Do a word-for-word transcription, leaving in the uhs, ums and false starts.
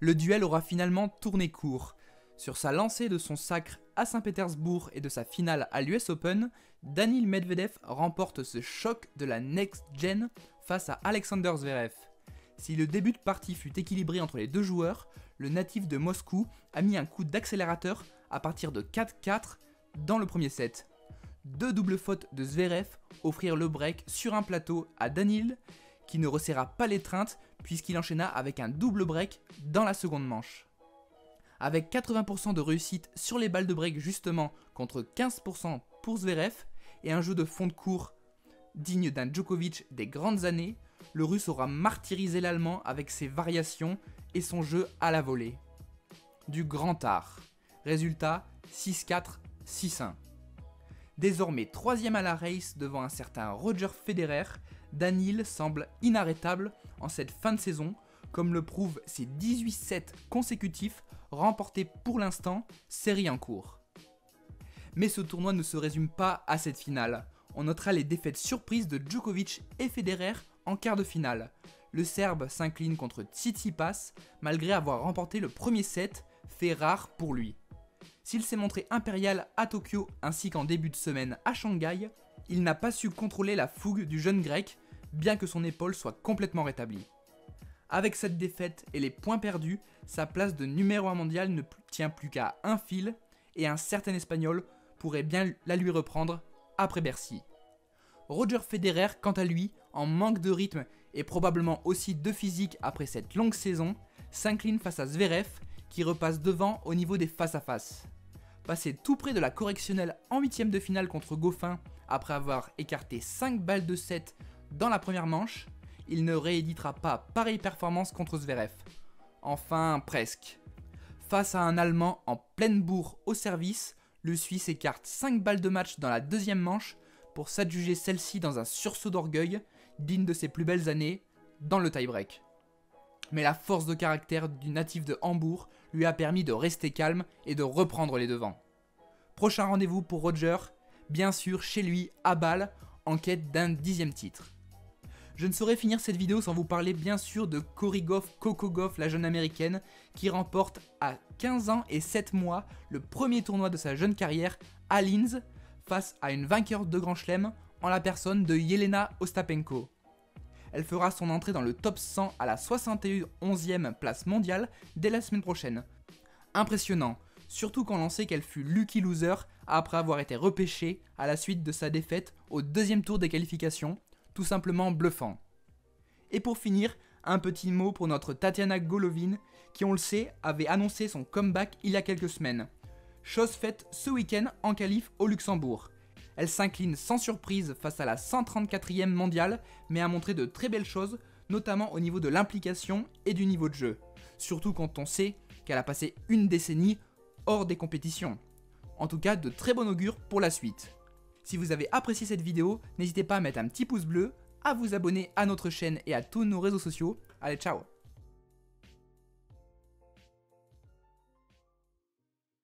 le duel aura finalement tourné court. Sur sa lancée de son sacre à Saint-Pétersbourg et de sa finale à l'U S Open, Daniil Medvedev remporte ce choc de la next gen face à Alexander Zverev. Si le début de partie fut équilibré entre les deux joueurs, le natif de Moscou a mis un coup d'accélérateur à partir de quatre quatre dans le premier set. Deux doubles fautes de Zverev offrirent le break sur un plateau à Daniil, qui ne resserra pas l'étreinte puisqu'il enchaîna avec un double break dans la seconde manche. Avec quatre-vingts pour cent de réussite sur les balles de break justement contre quinze pour cent pour Zverev et un jeu de fond de court digne d'un Djokovic des grandes années, le Russe aura martyrisé l'Allemand avec ses variations et son jeu à la volée. Du grand art. Résultat six quatre, six un. Désormais troisième à la race devant un certain Roger Federer, Daniil semble inarrêtable en cette fin de saison, comme le prouvent ses dix-huit sets consécutifs remportés pour l'instant, série en cours. Mais ce tournoi ne se résume pas à cette finale. On notera les défaites surprises de Djokovic et Federer en quart de finale. Le Serbe s'incline contre Tsitsipas malgré avoir remporté le premier set, fait rare pour lui. S'il s'est montré impérial à Tokyo ainsi qu'en début de semaine à Shanghai, il n'a pas su contrôler la fougue du jeune grec, bien que son épaule soit complètement rétablie. Avec cette défaite et les points perdus, sa place de numéro un mondial ne tient plus qu'à un fil et un certain Espagnol pourrait bien la lui reprendre après Bercy. Roger Federer, quant à lui, en manque de rythme et probablement aussi de physique après cette longue saison, s'incline face à Zverev qui repasse devant au niveau des face-à-face. Passé tout près de la correctionnelle en huitième de finale contre Goffin après avoir écarté cinq balles de sept dans la première manche, il ne rééditera pas pareille performance contre Zverev. Enfin, presque. Face à un Allemand en pleine bourre au service, le Suisse écarte cinq balles de match dans la deuxième manche pour s'adjuger celle-ci dans un sursaut d'orgueil, digne de ses plus belles années, dans le tie-break. Mais la force de caractère du natif de Hambourg lui a permis de rester calme et de reprendre les devants. Prochain rendez-vous pour Roger, bien sûr chez lui à Bâle, en quête d'un dixième titre. Je ne saurais finir cette vidéo sans vous parler bien sûr de Cory Gauff, Coco Gauff, la jeune américaine, qui remporte à quinze ans et sept mois le premier tournoi de sa jeune carrière à Linz, face à une vainqueur de Grand Chelem en la personne de Jelena Ostapenko. Elle fera son entrée dans le top cent à la soixante et onzième place mondiale dès la semaine prochaine. Impressionnant, surtout quand l'on sait qu'elle fut lucky loser après avoir été repêchée à la suite de sa défaite au deuxième tour des qualifications, tout simplement bluffant. Et pour finir, un petit mot pour notre Tatiana Golovin, qui on le sait avait annoncé son comeback il y a quelques semaines. Chose faite ce week-end en qualif au Luxembourg. Elle s'incline sans surprise face à la cent trente-quatrième mondiale, mais a montré de très belles choses, notamment au niveau de l'implication et du niveau de jeu. Surtout quand on sait qu'elle a passé une décennie hors des compétitions. En tout cas, de très bon augure pour la suite. Si vous avez apprécié cette vidéo, n'hésitez pas à mettre un petit pouce bleu, à vous abonner à notre chaîne et à tous nos réseaux sociaux. Allez, ciao!